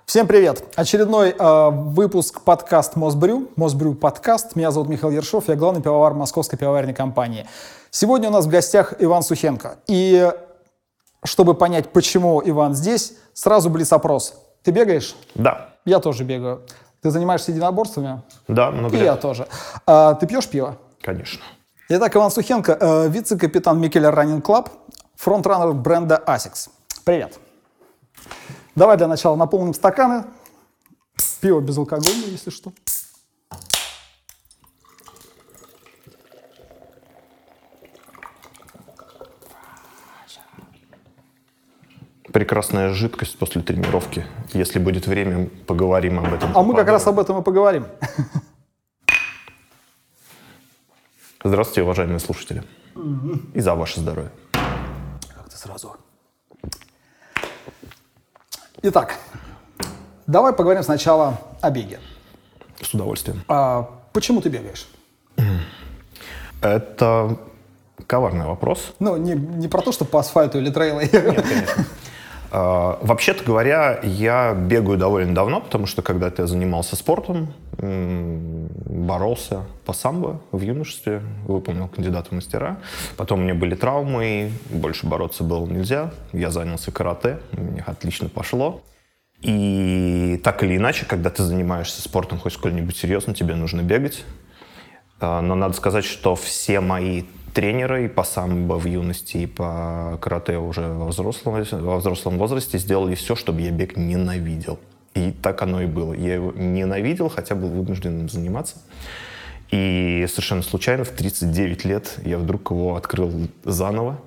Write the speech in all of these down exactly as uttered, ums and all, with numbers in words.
Всем привет! Очередной э, выпуск подкаст Мосбрю. Мосбрю подкаст. Меня зовут Михаил Ершов, я главный пивовар Московской пивоваренной компании. Сегодня у нас в гостях Иван Сухенко. И чтобы понять, почему Иван здесь, сразу блиц-опрос. Ты бегаешь? Да. Я тоже бегаю. Ты занимаешься единоборствами? Да, много И лет. я тоже. А, ты пьешь пиво? Конечно. Итак, Иван Сухенко, э, вице-капитан Mikkeller Running Club, фронтраннер бренда Asics. Привет. Давай для начала наполним стаканы. Пиво безалкогольное, если что. Прекрасная жидкость после тренировки. Если будет время, поговорим об этом. А мы как раз об этом и поговорим. Здравствуйте, уважаемые слушатели. И за ваше здоровье. Как ты сразу. Итак, давай поговорим сначала о беге. С удовольствием. А почему ты бегаешь? Это коварный вопрос. Ну, не, не про то, что по асфальту или трейлу. Нет, конечно. Uh, вообще-то говоря, я бегаю довольно давно, потому что когда-то я занимался спортом, боролся по самбо в юношестве, выполнил кандидата в мастера. Потом у меня были травмы, больше бороться было нельзя. Я занялся карате, у меня отлично пошло. И так или иначе, когда ты занимаешься спортом хоть сколь-нибудь серьезно, тебе нужно бегать. Uh, но надо сказать, что все мои тренеры и по самбо в юности, и по карате уже во взрослом, во взрослом возрасте сделали все, чтобы я бег ненавидел. И так оно и было. Я его ненавидел, хотя был вынужден им заниматься. И совершенно случайно в тридцать девять лет я вдруг его открыл заново,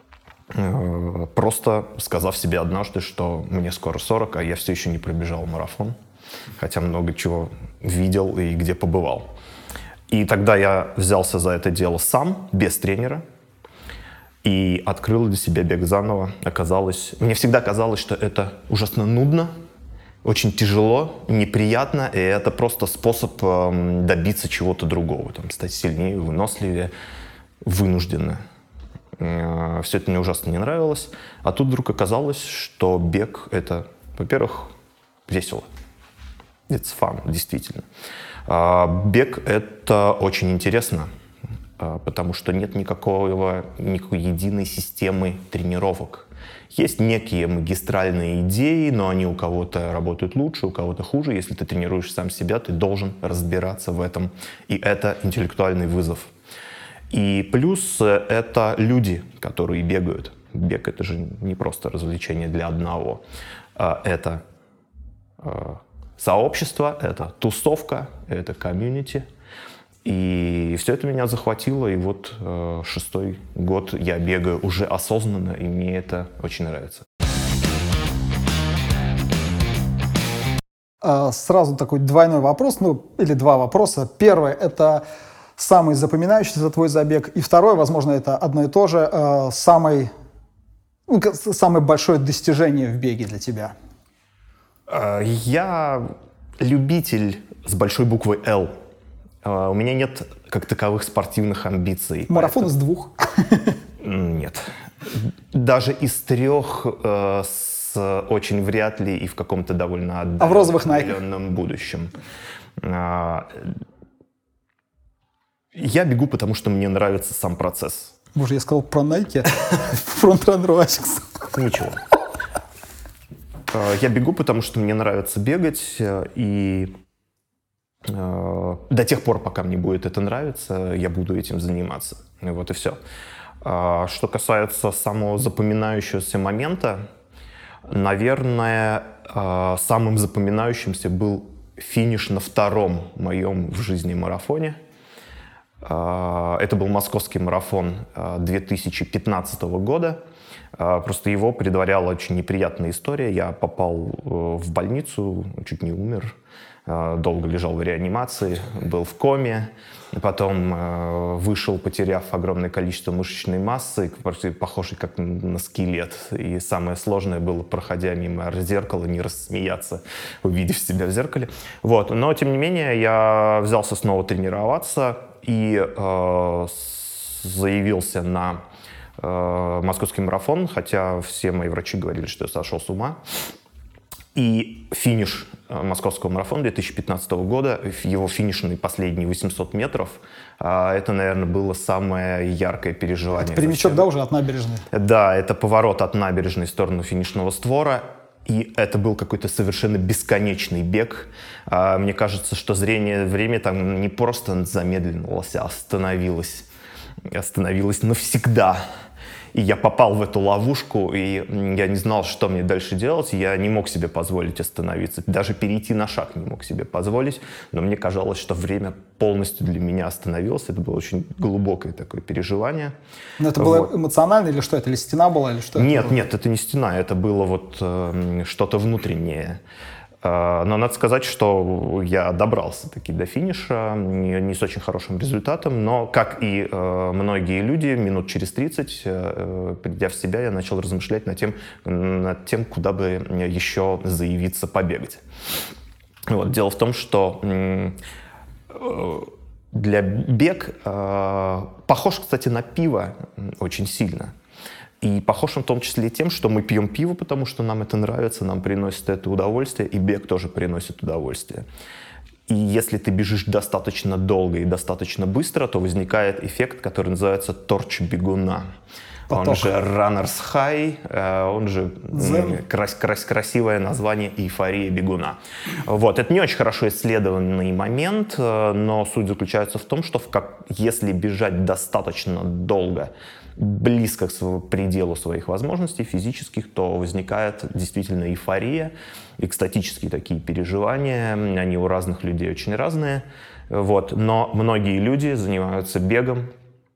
просто сказав себе однажды, что мне скоро сорок, а я все еще не пробежал марафон, хотя много чего видел и где побывал. И тогда я взялся за это дело сам, без тренера, и открыл для себя бег заново. Оказалось, мне всегда казалось, что это ужасно нудно, очень тяжело, неприятно, и это просто способ э, добиться чего-то другого, там, стать сильнее, выносливее, вынужденно. Э, все это мне ужасно не нравилось. А тут вдруг оказалось, что бег — это, во-первых, весело. It's fun, действительно. Бег — это очень интересно, потому что нет никакого, никакой единой системы тренировок. Есть некие магистральные идеи, но они у кого-то работают лучше, у кого-то хуже. Если ты тренируешь сам себя, ты должен разбираться в этом. И это интеллектуальный вызов. И плюс это люди, которые бегают. Бег — это же не просто развлечение для одного. Это сообщество, это тусовка, это комьюнити. И все это меня захватило. И вот э, шестой год я бегаю уже осознанно, и мне это очень нравится. Сразу такой двойной вопрос, ну или два вопроса. Первый — это самый запоминающийся твой забег. И второй, возможно, это одно и то же, э, самый, ну, самое большое достижение в беге для тебя. Я любитель с большой буквы «Л». У меня нет как таковых спортивных амбиций. Марафон поэтому... из двух? Нет. Даже из трех э, с очень вряд ли и в каком-то довольно отдаленном, а в розовых отдаленном будущем. Э, я бегу, потому что мне нравится сам процесс. Боже, я сказал про Nike, фронтраннеру Asics. Ничего. Я бегу, потому что мне нравится бегать, и э, до тех пор, пока мне будет это нравиться, я буду этим заниматься. Вот и все. А, что касается самого запоминающегося момента, наверное, э, самым запоминающимся был финиш на втором моем в жизни марафоне. Э, это был московский марафон две тысячи пятнадцатого года. Просто его предваряла очень неприятная история. Я попал в больницу, чуть не умер, долго лежал в реанимации, был в коме. Потом вышел, потеряв огромное количество мышечной массы, похожий как на скелет. И самое сложное было, проходя мимо зеркала, не рассмеяться, увидев себя в зеркале. Вот. Но, тем не менее, я взялся снова тренироваться и э, заявился на московский марафон, хотя все мои врачи говорили, что я сошел с ума. И финиш московского марафона две тысячи пятнадцатого года, его финишный последний восемьсот метров, это, наверное, было самое яркое переживание. Это прямичок, да, уже от набережной? Да, это поворот от набережной в сторону финишного створа. И это был какой-то совершенно бесконечный бег. Мне кажется, что зрение, время там не просто замедлилось, а остановилось. Остановилось навсегда. И я попал в эту ловушку, и я не знал, что мне дальше делать. Я не мог себе позволить остановиться. Даже перейти на шаг не мог себе позволить. Но мне казалось, что время полностью для меня остановилось. Это было очень глубокое такое переживание. Но это было вот. Эмоционально или что? Это или стена была? Или что нет, это было? нет, это не стена. Это было вот э, что-то внутреннее. Но надо сказать, что я добрался таки до финиша, не, не с очень хорошим результатом, но, как и э, многие люди, минут через тридцать, э, придя в себя, я начал размышлять над тем, над тем, куда бы еще заявиться побегать. Вот. Дело в том, что э, для бег э, похож, кстати, на пиво очень сильно. И похож он в том числе и тем, что мы пьем пиво, потому что нам это нравится, нам приносит это удовольствие, и бег тоже приносит удовольствие. И если ты бежишь достаточно долго и достаточно быстро, то возникает эффект, который называется торч бегуна. Поток. Он же runner's high, он же крас крас красивое название эйфория бегуна. Вот. Это не очень хорошо исследованный момент, но суть заключается в том, что в как, если бежать достаточно долго, близко к своему пределу своих возможностей физических, то возникает действительно эйфория, экстатические такие переживания, они у разных людей очень разные. Вот. Но многие люди занимаются бегом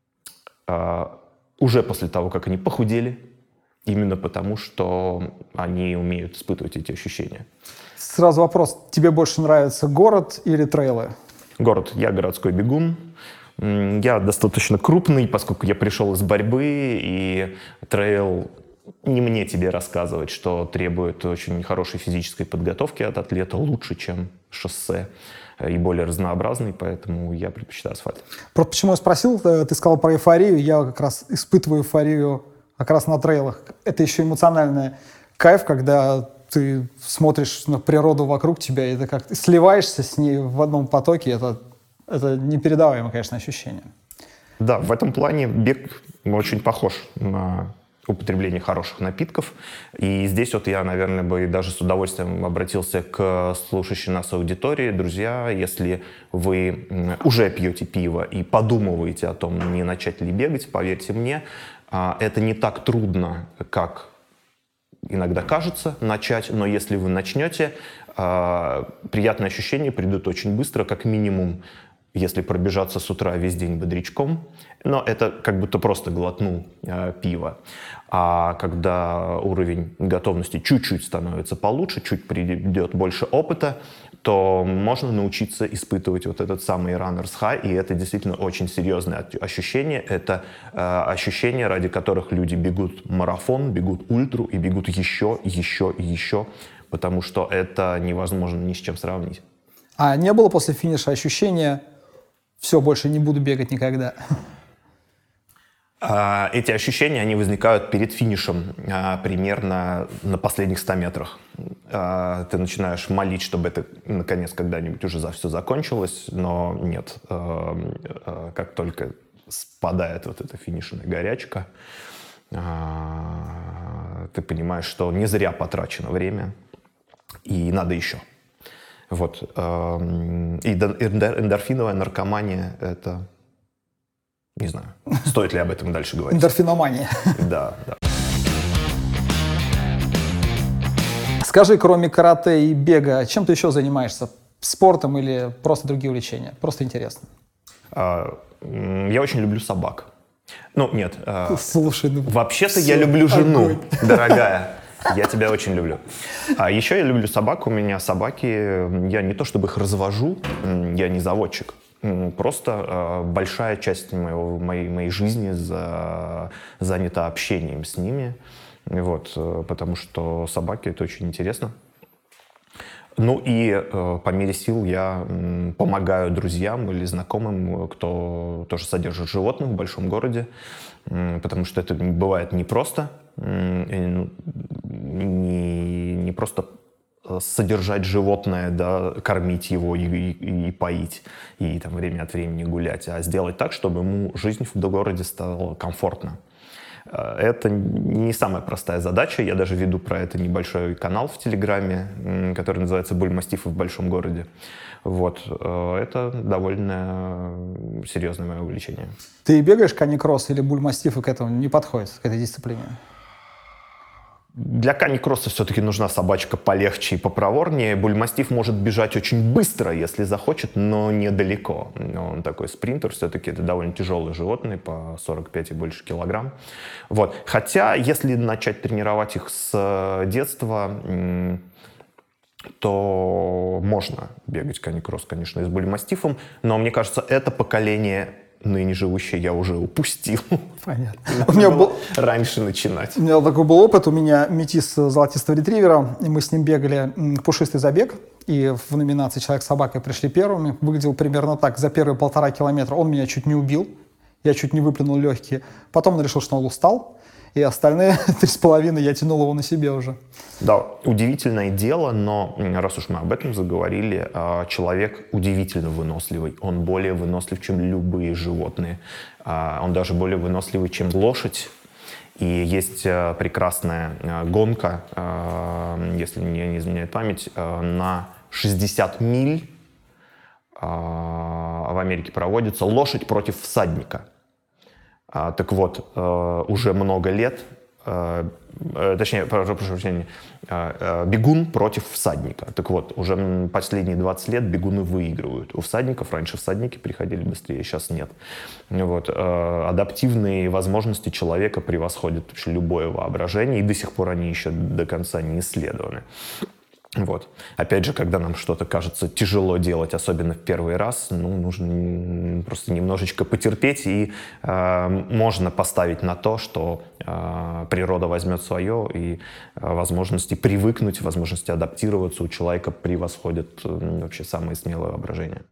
э, уже после того, как они похудели, именно потому, что они умеют испытывать эти ощущения. Сразу вопрос, тебе больше нравится город или трейлы? Город. Я городской бегун. Я достаточно крупный, поскольку я пришел из борьбы, и трейл не мне тебе рассказывать, что требует очень хорошей физической подготовки от атлета, лучше, чем шоссе, и более разнообразный, поэтому я предпочитаю асфальт. Просто почему я спросил, ты сказал про эйфорию, я как раз испытываю эйфорию как раз на трейлах. Это еще эмоциональный кайф, когда ты смотришь на природу вокруг тебя, и ты как сливаешься с ней в одном потоке, это Это непередаваемое, конечно, ощущение. Да, в этом плане бег очень похож на употребление хороших напитков. И здесь вот я, наверное, бы даже с удовольствием обратился к слушающей нас аудитории. Друзья, если вы уже пьете пиво и подумываете о том, не начать ли бегать, поверьте мне, это не так трудно, как иногда кажется начать, но если вы начнете, приятные ощущения придут очень быстро, как минимум, если пробежаться с утра весь день бодрячком, но это как будто просто глотнул э, пиво. А когда уровень готовности чуть-чуть становится получше, чуть придет больше опыта, то можно научиться испытывать вот этот самый runner's high, и это действительно очень серьезное ощущение. Это э, ощущения, ради которых люди бегут марафон, бегут ультру и бегут еще, еще и еще, потому что это невозможно ни с чем сравнить. А не было после финиша ощущения «все, больше не буду бегать никогда»? Эти ощущения, они возникают перед финишем, примерно на последних ста метрах. Ты начинаешь молить, чтобы это, наконец, когда-нибудь уже все закончилось, но нет. Как только спадает вот эта финишная горячка, ты понимаешь, что не зря потрачено время, и надо еще. Вот. И эндорфиновая наркомания — это... Не знаю, стоит ли об этом дальше говорить. Эндорфиномания. Да, да. Скажи, кроме карате и бега, чем ты еще занимаешься? Спортом или просто другие увлечения? Просто интересно. А, я очень люблю собак. Ну, нет. Слушай, ну, вообще-то я люблю жену, огонь. Дорогая. Я тебя очень люблю. А еще я люблю собак. У меня собаки, я не то чтобы их развожу, я не заводчик. Просто э, большая часть моего, моей, моей жизни за, занята общением с ними. Вот, э, потому что собаки — это очень интересно. Ну и э, по мере сил я э, помогаю друзьям или знакомым, кто тоже содержит животных в большом городе, э, потому что это бывает непросто. Э, не, не просто содержать животное, да, кормить его и, и, и поить, и там время от времени гулять, а сделать так, чтобы ему жизнь в городе стала комфортна. Это не самая простая задача. Я даже веду про это небольшой канал в Телеграме, который называется «Бульмастифы в большом городе». Вот. Это довольно серьезное мое увлечение. Ты бегаешь каникросс или бульмастифы к этому не подходят, к этой дисциплине? Для каникросса все-таки нужна собачка полегче и попроворнее. Бульмастиф может бежать очень быстро, если захочет, но недалеко. Он такой спринтер, все-таки это довольно тяжелые животные, по сорок пять и больше килограмм. Вот. Хотя, если начать тренировать их с детства, то можно бегать каникросс, конечно, и с бульмастифом, но мне кажется, это поколение ныне живущее я уже упустил. Понятно. У меня был раньше начинать. У меня такой был опыт. У меня метис золотистого ретривера, и мы с ним бегали пушистый забег. И в номинации «Человек с собакой» пришли первыми. Выглядел примерно так. За первые полтора километра он меня чуть не убил. Я чуть не выплюнул легкие. Потом он решил, что он устал. И остальные три с половиной я тянул его на себе уже. Да, удивительное дело, но раз уж мы об этом заговорили, человек удивительно выносливый. Он более вынослив, чем любые животные. Он даже более выносливый, чем лошадь. И есть прекрасная гонка, если мне не изменяет память, на шестьдесят миль в Америке проводится лошадь против всадника. А, так вот, э, уже много лет, э, э, точнее, прошу прощения, э, э, бегун против всадника. Так вот, уже последние двадцать лет бегуны выигрывают. У всадников раньше всадники приходили быстрее, сейчас нет. Вот, э, адаптивные возможности человека превосходят вообще любое воображение, и до сих пор они еще до конца не исследованы. Вот. Опять же, когда нам что-то кажется тяжело делать, особенно в первый раз, ну, нужно просто немножечко потерпеть, и э, можно поставить на то, что э, природа возьмет свое, и э, возможности привыкнуть, возможности адаптироваться у человека превосходят э, вообще самые смелые воображения.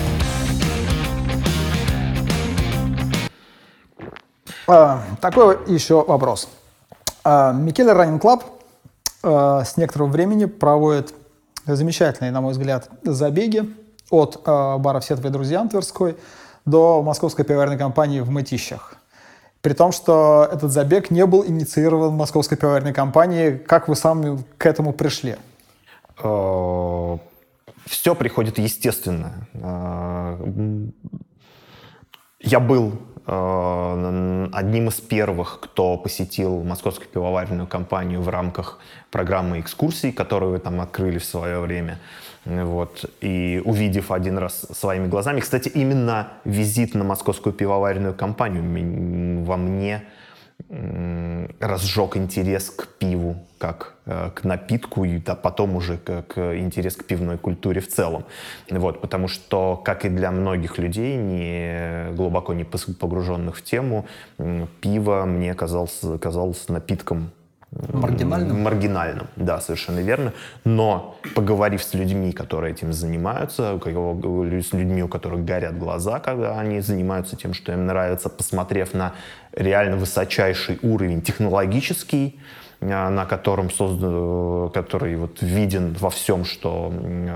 А, такой еще вопрос. А, Микеле Running Club с некоторого времени проводит замечательные, на мой взгляд, забеги от э, бара «Все твои друзья» Тверской до московской пивоваренной компании в Мытищах. При том, что этот забег не был инициирован московской пивоваренной компанией. Как вы сами к этому пришли? Все приходит естественно. Я был одним из первых, кто посетил московскую пивоваренную компанию в рамках программы экскурсий, которую вы там открыли в свое время. Вот. И увидев один раз своими глазами, кстати, именно визит на московскую пивоваренную компанию во мне разжег интерес к пиву, как э, к напитку, и да, потом уже как интерес к пивной культуре в целом. Вот, потому что, как и для многих людей, не, глубоко не погруженных в тему, пиво мне казалось, казалось напитком маргинальным? Маргинальным, да, совершенно верно. Но, поговорив с людьми, которые этим занимаются, с людьми, у которых горят глаза, когда они занимаются тем, что им нравится, посмотрев на реально высочайший уровень технологический, на котором создан, который вот виден во всем, что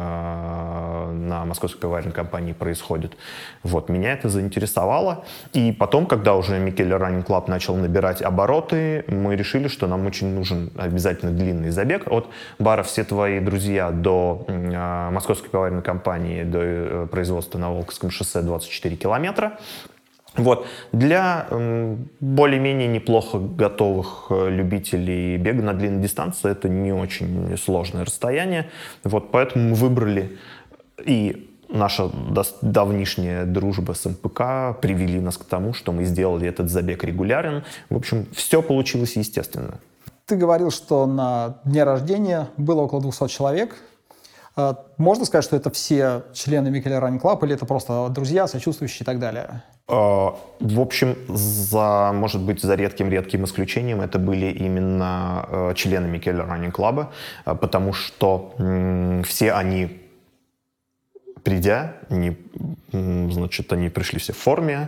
э, на московской пивоваренной компании происходит. Вот, меня это заинтересовало. И потом, когда уже Микеле Running Club начал набирать обороты, мы решили, что нам очень нужен обязательно длинный забег. От бара «Все твои друзья» до э, московской пивоваренной компании, до э, производства на Волковском шоссе двадцать четыре километра. Вот. Для э, более-менее неплохо готовых э, любителей бега на длинной дистанции это не очень сложное расстояние. Вот, поэтому мы выбрали, и наша давнишняя дружба с эм пэ ка привели нас к тому, что мы сделали этот забег регулярен. В общем, все получилось естественно. Ты говорил, что на дне рождения было около двухсот человек. Можно сказать, что это все члены Микеле Running Club, или это просто друзья, сочувствующие и так далее? В общем, за, может быть, за редким-редким исключением, это были именно э, члены Микеле Running Club, э, потому что э, все они, придя, не, значит, они пришли все в форме,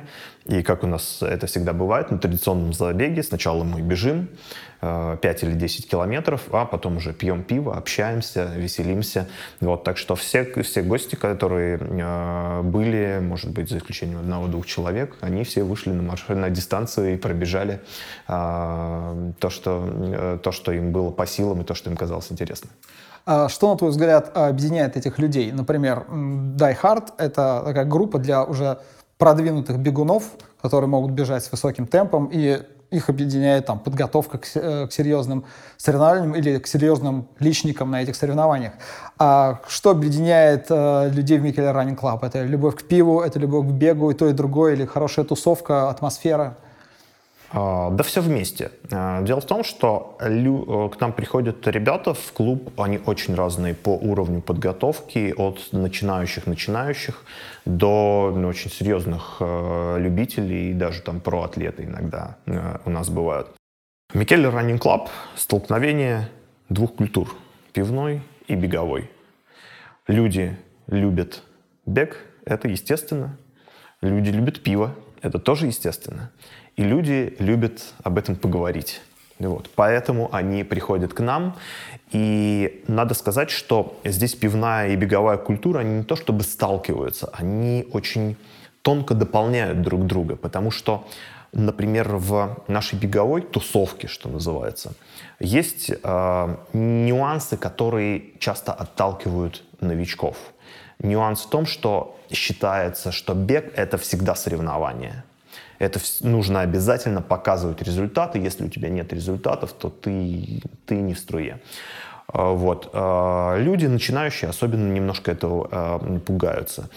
И как у нас это всегда бывает, на традиционном забеге сначала мы бежим пять или десять километров, а потом уже пьем пиво, общаемся, веселимся. Вот, так что все, все гости, которые э, были, может быть, за исключением одного-двух человек, они все вышли на, марш... на дистанцию и пробежали э, то, что, э, то, что им было по силам и то, что им казалось интересным. А что, на твой взгляд, объединяет этих людей? Например, Die Hard — это такая группа для уже продвинутых бегунов, которые могут бежать с высоким темпом, и их объединяет там, подготовка к, к серьезным соревнованиям или к серьезным личникам на этих соревнованиях. А что объединяет э, людей в Mikkeller Running Club? Это любовь к пиву, это любовь к бегу, и то, и другое, или хорошая тусовка, атмосфера? Да все вместе. Дело в том, что к нам приходят ребята в клуб, они очень разные по уровню подготовки, от начинающих-начинающих до ну, очень серьезных любителей, и даже там проатлеты иногда у нас бывают. Mikkeller Running Club — столкновение двух культур — пивной и беговой. Люди любят бег, это естественно. Люди любят пиво, это тоже естественно. И люди любят об этом поговорить. Вот. Поэтому они приходят к нам. И надо сказать, что здесь пивная и беговая культура, они не то чтобы сталкиваются, они очень тонко дополняют друг друга. Потому что, например, в нашей беговой тусовке, что называется, есть э, нюансы, которые часто отталкивают новичков. Нюанс в том, что считается, что бег — это всегда соревнование. Это нужно обязательно показывать результаты. Если у тебя нет результатов, то ты, ты не в струе. Вот. Люди, начинающие, особенно немножко этого пугаются.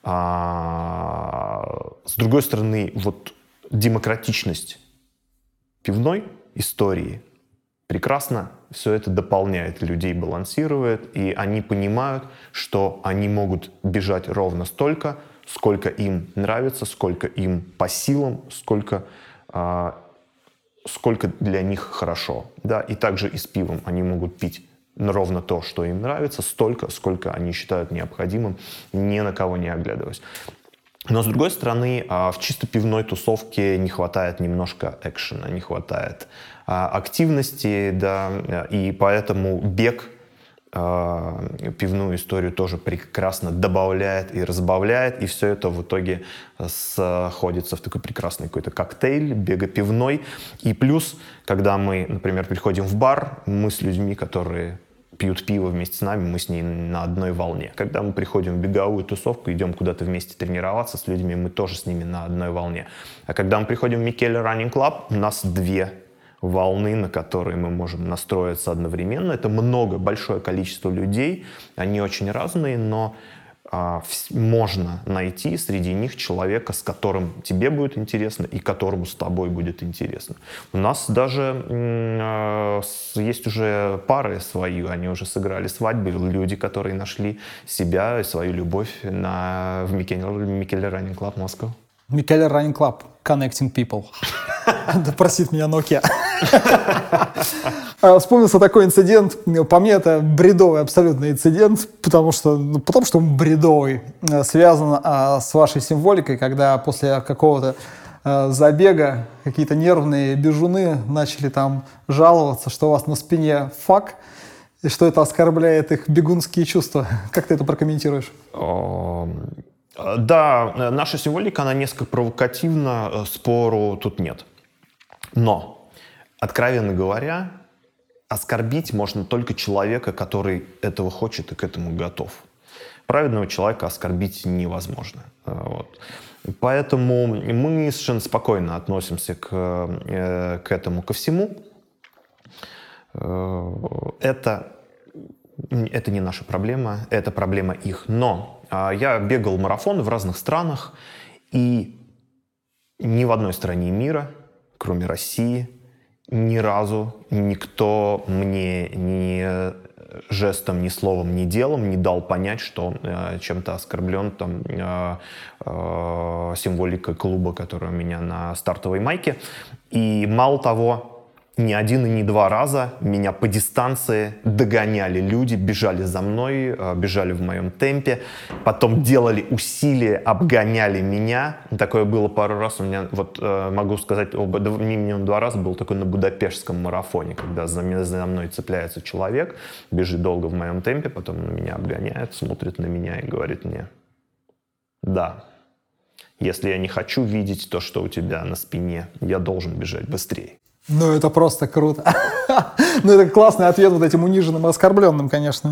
С другой стороны, вот демократичность пивной истории прекрасно все это дополняет, людей балансирует, и они понимают, что они могут бежать ровно столько, сколько им нравится, сколько им по силам, сколько, э, сколько для них хорошо. Да? И также и с пивом они могут пить ровно то, что им нравится, столько, сколько они считают необходимым, ни на кого не оглядываясь. Но, с другой стороны, в чисто пивной тусовке не хватает немножко экшена, не хватает активности, да, и поэтому бег пивную историю тоже прекрасно добавляет и разбавляет, и все это в итоге сходится в такой прекрасный какой-то коктейль бего-пивной. И плюс, когда мы, например, приходим в бар, мы с людьми, которые пьют пиво вместе с нами, мы с ней на одной волне. Когда мы приходим в беговую тусовку, идем куда-то вместе тренироваться с людьми, мы тоже с ними на одной волне. А когда мы приходим в Mikkeller Running Club, у нас две волны, на которые мы можем настроиться одновременно. Это много, большое количество людей, они очень разные, но а, можно найти среди них человека, с которым тебе будет интересно и которому с тобой будет интересно. У нас даже э, есть уже пары свои, они уже сыграли свадьбы, люди, которые нашли себя и свою любовь на, в Mikkeller Running Club Moscow. Mikkeller Running Club. Connecting people. Да просит меня Nokia. Вспомнился такой инцидент. По мне, это бредовый абсолютно инцидент, потому что, ну, потому что он бредовый. Связан а, с вашей символикой, когда после какого-то а, забега какие-то нервные бежуны начали там жаловаться, что у вас на спине фак, и что это оскорбляет их бегунские чувства. Как ты это прокомментируешь? Да, наша символика, она несколько провокативна, спору тут нет. Но, откровенно говоря, оскорбить можно только человека, который этого хочет и к этому готов. Праведного человека оскорбить невозможно. Вот. Поэтому мы совершенно спокойно относимся к, к этому, ко всему. Это, это не наша проблема, это проблема их. Но я бегал марафоны в разных странах, и ни в одной стране мира, кроме России, ни разу никто мне ни жестом, ни словом, ни делом не дал понять, что э, чем-то оскорблен там, э, э, символикой клуба, которая у меня на стартовой майке. И мало того, ни один и ни два раза меня по дистанции догоняли люди, бежали за мной, бежали в моем темпе, потом делали усилия, обгоняли меня. Такое было пару раз. У меня, вот могу сказать, минимум два раза был такой на Будапештском марафоне, когда за мной цепляется человек, бежит долго в моем темпе, потом на меня обгоняет, смотрит на меня и говорит мне: да, если я не хочу видеть то, что у тебя на спине, я должен бежать быстрее. Ну, это просто круто. Ну, это классный ответ вот этим униженным и оскорбленным, конечно.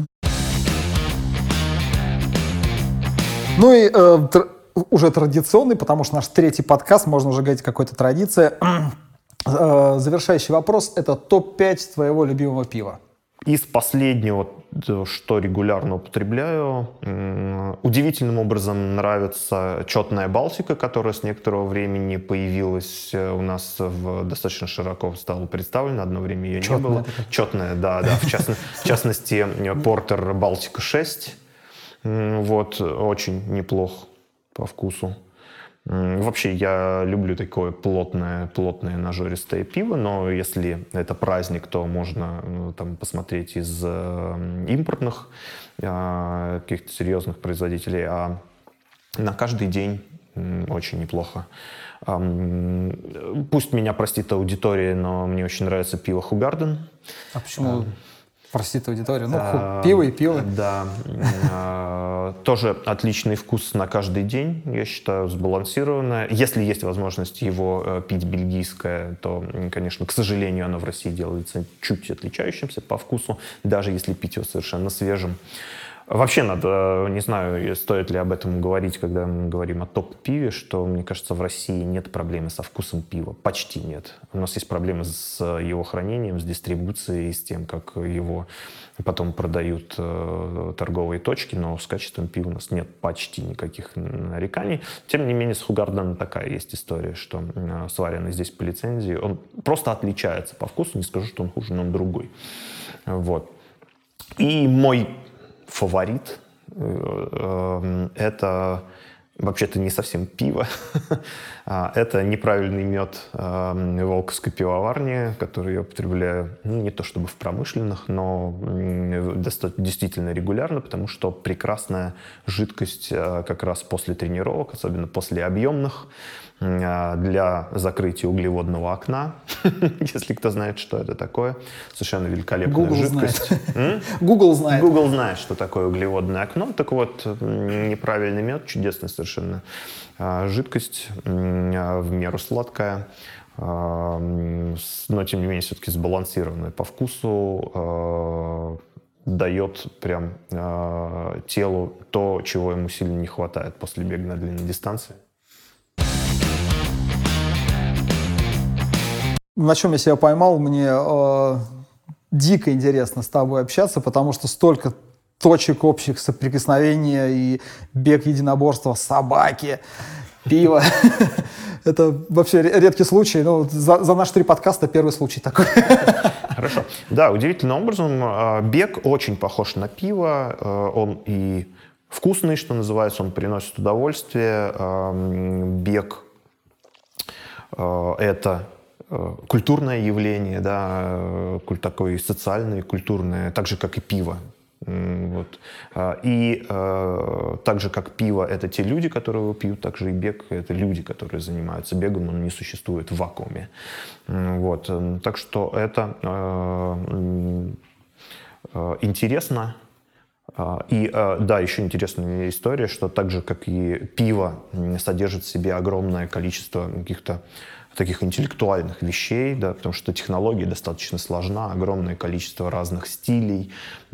Ну и э, тр- уже традиционный, потому что наш третий подкаст, можно уже говорить о какой-то традиции. э, завершающий вопрос — это топ пять твоего любимого пива. Из последнего, что регулярно употребляю, удивительным образом нравится Четная Балтика, которая с некоторого времени появилась у нас, в, достаточно широко стала представлена, одно время ее Четная, не было. Такая. Четная, да, да. В, частно, в частности, Портер Балтика шесть, вот, очень неплох по вкусу. Вообще, я люблю такое плотное, плотное нажористое пиво, но если это праздник, то можно ну, там, посмотреть из э, импортных э, каких-то серьезных производителей, а на каждый день э, очень неплохо. Э, пусть меня простит аудитория, но мне очень нравится пиво Хугарден. А почему? Э, Простит аудиторию. Ну, а, пиво и пиво. Да. А, тоже отличный вкус на каждый день, я считаю, сбалансированное. Если есть возможность его пить бельгийское, то, конечно, к сожалению, оно в России делается чуть отличающимся по вкусу, даже если пить его совершенно свежим. Вообще надо, не знаю, стоит ли об этом говорить, когда мы говорим о топ-пиве, что, мне кажется, в России нет проблемы со вкусом пива. Почти нет. У нас есть проблемы с его хранением, с дистрибуцией, с тем, как его потом продают э, торговые точки, но с качеством пива у нас нет почти никаких нареканий. Тем не менее, с Хугарденом такая есть история, что э, сваренный здесь по лицензии, он просто отличается по вкусу, не скажу, что он хуже, но он другой. Вот. И мой фаворит — это вообще-то не совсем пиво. Это неправильный мед Волковской пивоварни, который я употребляю, ну, не то чтобы в промышленных, но действительно регулярно, потому что прекрасная жидкость как раз после тренировок, особенно после объемных, для закрытия углеводного окна, если кто знает, что это такое. Совершенно великолепная Google жидкость. Знает. Google знает. Google знает, что такое углеводное окно. Так вот, неправильный мед, чудесная совершенно жидкость, в меру сладкая, но тем не менее все-таки сбалансированная по вкусу, дает прям телу то, чего ему сильно не хватает после бега на длинной дистанции. На чем я себя поймал, мне э, дико интересно с тобой общаться, потому что столько точек общих соприкосновения и бег, единоборства, собаки, пиво. Это вообще редкий случай. Ну, за, за наши три подкаста первый случай такой. Хорошо. Да, удивительным образом бег очень похож на пиво. Он и вкусный, что называется, он приносит удовольствие. Бег — это культурное явление, да, такое социальное, культурное, так же, как и пиво. Вот. И э, так же, как пиво — это те люди, которые его пьют, так же и бег — это люди, которые занимаются бегом, он не существует в вакууме. Вот. Так что это э, э, интересно. И да, еще интересная история, что так же, как и пиво, содержит в себе огромное количество каких-то таких интеллектуальных вещей, да, потому что технология достаточно сложна, огромное количество разных стилей.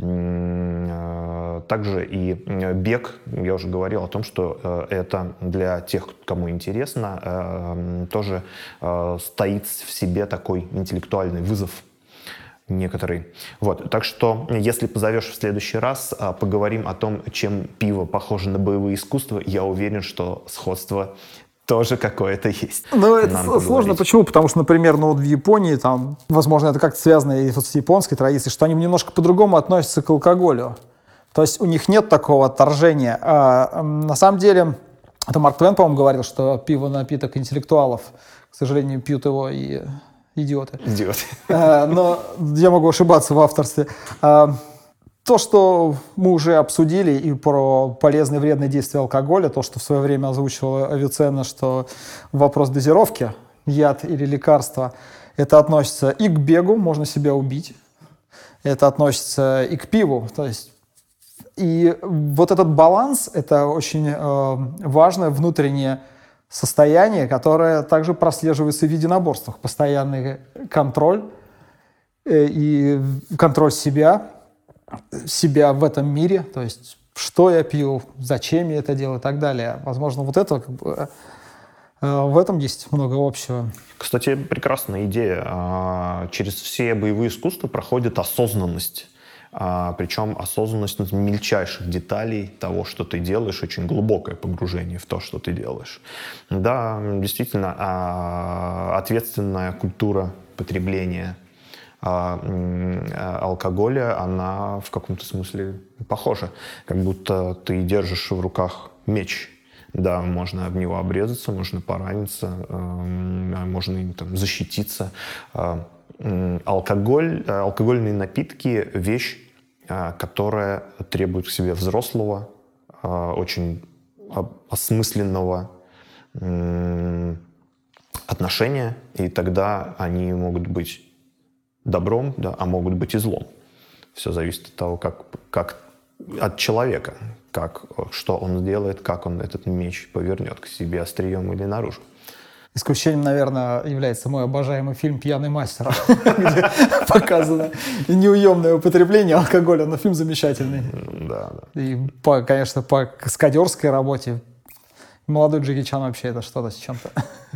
Также и бег, я уже говорил о том, что это для тех, кому интересно, тоже стоит в себе такой интеллектуальный вызов некоторый. Вот. Так что, если позовешь в следующий раз, поговорим о том, чем пиво похоже на боевые искусства, я уверен, что сходство тоже какое-то есть. Ну, это сложно. Поговорить. Почему? Потому что, например, ну, вот в Японии, там, возможно, это как-то связано и с японской традицией, что они немножко по-другому относятся к алкоголю. То есть у них нет такого отторжения. А, на самом деле, это Марк Твен, по-моему, говорил, что пиво — напиток интеллектуалов. К сожалению, пьют его и идиоты. Идиоты. Но я могу ошибаться в авторстве. То, что мы уже обсудили и про полезные и вредные действия алкоголя, то, что в свое время озвучивала Авиценна, что вопрос дозировки, яд или лекарство, это относится и к бегу, можно себя убить, это относится и к пиву. То есть, и вот этот баланс – это очень э, важное внутреннее состояние, которое также прослеживается в единоборствах. Постоянный контроль э, и контроль себя, себя в этом мире, то есть что я пью, зачем я это делаю и так далее. Возможно, вот это как бы, э, в этом есть много общего. Кстати, прекрасная идея. Через все боевые искусства проходит осознанность. Причем осознанность мельчайших деталей того, что ты делаешь, очень глубокое погружение в то, что ты делаешь. Да, действительно, ответственная культура потребления алкоголя, она в каком-то смысле похожа. Как будто ты держишь в руках меч. Да, можно об него обрезаться, можно пораниться, можно там, защититься. Алкоголь, алкогольные напитки – вещь, которая требует к себе взрослого, очень осмысленного отношения, и тогда они могут быть добром, да, а могут быть и злом. Все зависит от того, как, как от человека, как, что он сделает, как он этот меч повернет к себе острием или наружу. Исключением, наверное, является мой обожаемый фильм «Пьяный мастер», где показано неуемное употребление алкоголя, но фильм замечательный. Да, да. И, по, конечно, по каскадерской работе молодой Джеки Чан вообще это что-то с чем-то.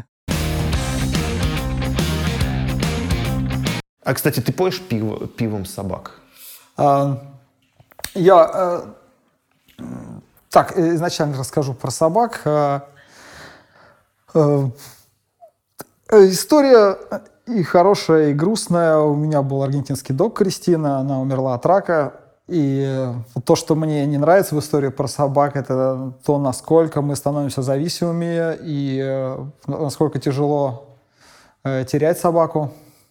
А, кстати, ты поешь пиво, пивом собак? А, я... А, так, изначально расскажу про собак. А, а, История и хорошая, и грустная. У меня был аргентинский дог Кристина, она умерла от рака. И то, что мне не нравится в истории про собак, это то, насколько мы становимся зависимыми и насколько тяжело терять собаку.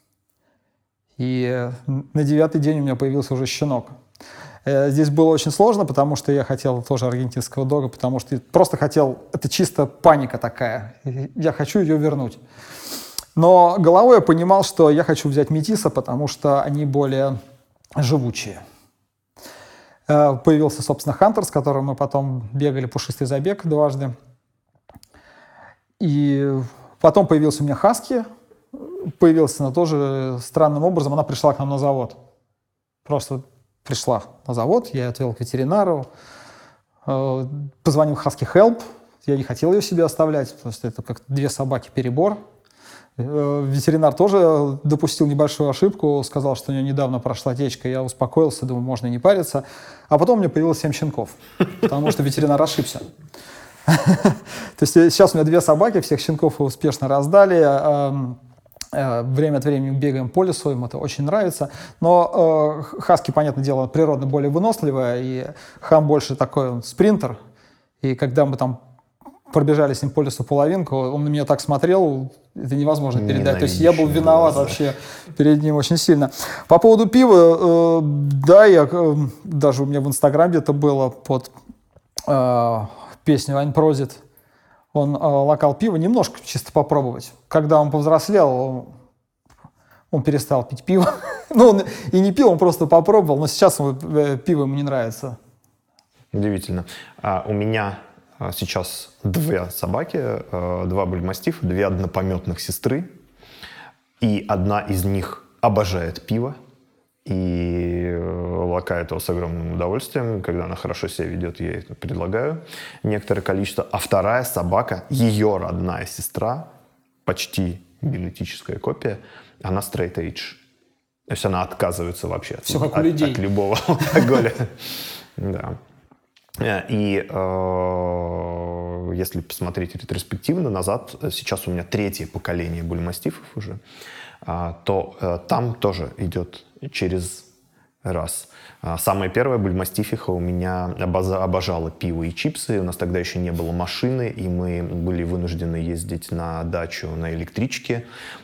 И на девятый день у меня появился уже щенок. Здесь было очень сложно, потому что я хотел тоже аргентинского дога, потому что просто хотел, это чисто паника такая, я хочу ее вернуть. Но головой я понимал, что я хочу взять метиса, потому что они более живучие. Появился, собственно, Хантер, с которым мы потом бегали пушистый забег дважды. И потом появился у меня хаски, появилась она тоже странным образом, она пришла к нам на завод. Просто пришла на завод, я ее отвел к ветеринару, позвонил Husky Help, я не хотел ее себе оставлять, потому что это как две собаки перебор. Ветеринар тоже допустил небольшую ошибку, сказал, что у нее недавно прошла течка, я успокоился, думаю, можно не париться. А потом у меня появилось семь щенков, потому что ветеринар ошибся. То есть сейчас у меня две собаки, всех щенков успешно раздали. Время от времени бегаем по лесу, им это очень нравится. Но э, хаски, понятное дело, природно более выносливая, и хам больше такой он, спринтер. И когда мы там пробежали с ним по лесу половинку, он на меня так смотрел, это невозможно передать. То есть я был виноват вообще перед ним очень сильно. По поводу пива, э, да, я, э, даже у меня в Инстаграме где-то было под э, песню «Ань прозит». Он э, локал пиво, немножко чисто попробовать. Когда он повзрослел, он, он перестал пить пиво. Ну, он и не пил, он просто попробовал, но сейчас ему, э, пиво ему не нравится. Удивительно. А, у меня а, сейчас две собаки, а, два бульмастифа, две однопометных сестры. И одна из них обожает пиво и лакает его с огромным удовольствием. Когда она хорошо себя ведет, я ей предлагаю некоторое количество. А вторая собака, ее родная сестра, почти генетическая копия, она straight edge. То есть она отказывается вообще от, Все как у от, людей. от любого алкоголя. Да. И э, если посмотреть ретроспективно назад, сейчас у меня третье поколение бульмастифов уже, то э, там тоже идет через раз. Самая первая бульмастифиха у меня обожала пиво и чипсы. У нас тогда еще не было машины, и мы были вынуждены ездить на дачу на электричке.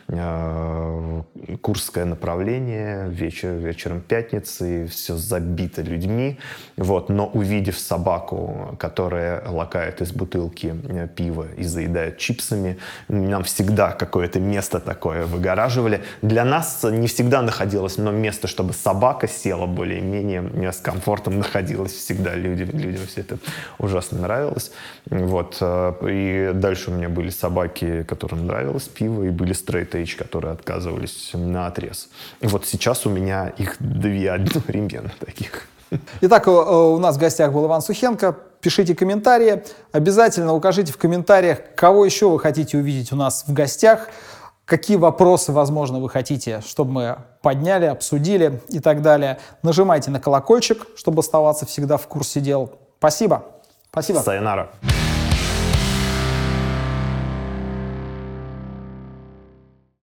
Курское направление, вечер, вечером пятницы, все забито людьми. Вот. Но увидев собаку, которая лакает из бутылки пива и заедает чипсами, нам всегда какое-то место такое выгораживали. Для нас не всегда находилось но место, чтобы собака села более-менее с комфортом, находилось всегда. Людям, людям все это ужасно нравилось. Вот. И дальше у меня были собаки, которым нравилось пиво, и были стрейт-эйдж, которые отказывались наотрез. Вот сейчас у меня их две одновременно таких. Итак, у нас в гостях был Иван Сухенко. Пишите комментарии. Обязательно укажите в комментариях, кого еще вы хотите увидеть у нас в гостях. Какие вопросы, возможно, вы хотите, чтобы мы подняли, обсудили и так далее. Нажимайте на колокольчик, чтобы оставаться всегда в курсе дел. Спасибо. Спасибо. Сайонара.